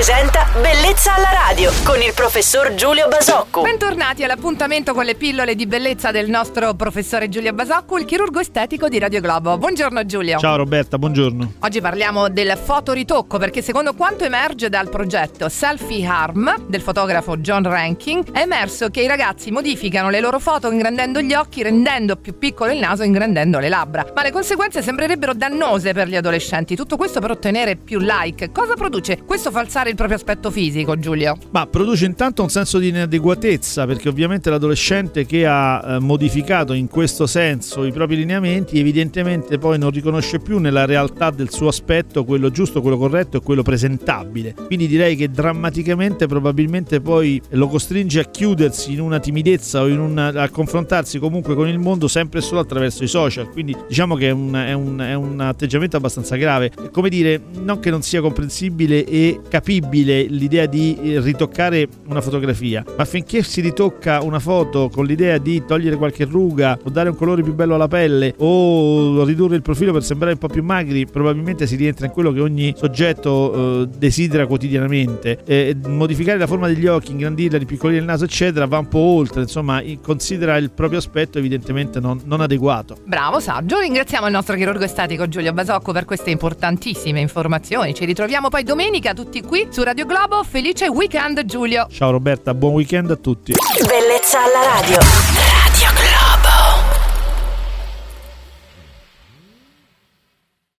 presenta Bellezza alla radio con il professor Giulio Basocco. Bentornati all'appuntamento con le pillole di bellezza del nostro professore Giulio Basocco, il chirurgo estetico di Radio Globo. Buongiorno Giulio. Ciao Roberta, buongiorno. Oggi parliamo del fotoritocco, perché secondo quanto emerge dal progetto Selfie Harm del fotografo John Rankin, è emerso che i ragazzi modificano le loro foto ingrandendo gli occhi, rendendo più piccolo il naso, ingrandendo le labbra. Ma le conseguenze sembrerebbero dannose per gli adolescenti. Tutto questo per ottenere più like. Cosa produce questo falsare il proprio aspetto fisico, Giulio? Ma produce intanto un senso di inadeguatezza, perché ovviamente l'adolescente che ha modificato in questo senso i propri lineamenti evidentemente poi non riconosce più nella realtà del suo aspetto quello giusto, quello corretto e quello presentabile. Quindi direi che drammaticamente probabilmente poi lo costringe a chiudersi in una timidezza o a confrontarsi comunque con il mondo sempre e solo attraverso i social. Quindi diciamo che è un atteggiamento abbastanza grave. Come dire, non che non sia comprensibile e capibile l'idea di ritoccare una fotografia, ma finché si ritocca una foto con l'idea di togliere qualche ruga o dare un colore più bello alla pelle o ridurre il profilo per sembrare un po' più magri, probabilmente si rientra in quello che ogni soggetto desidera quotidianamente. Modificare la forma degli occhi, ingrandirla, ripiccolire il naso eccetera va un po' oltre, insomma considera il proprio aspetto evidentemente non adeguato. Bravo, saggio. Ringraziamo il nostro chirurgo estetico Giulio Basocco per queste importantissime informazioni. Ci ritroviamo poi domenica tutti qui su Radio Globo. Felice weekend Giulio. Ciao Roberta, buon weekend a tutti. Bellezza alla radio.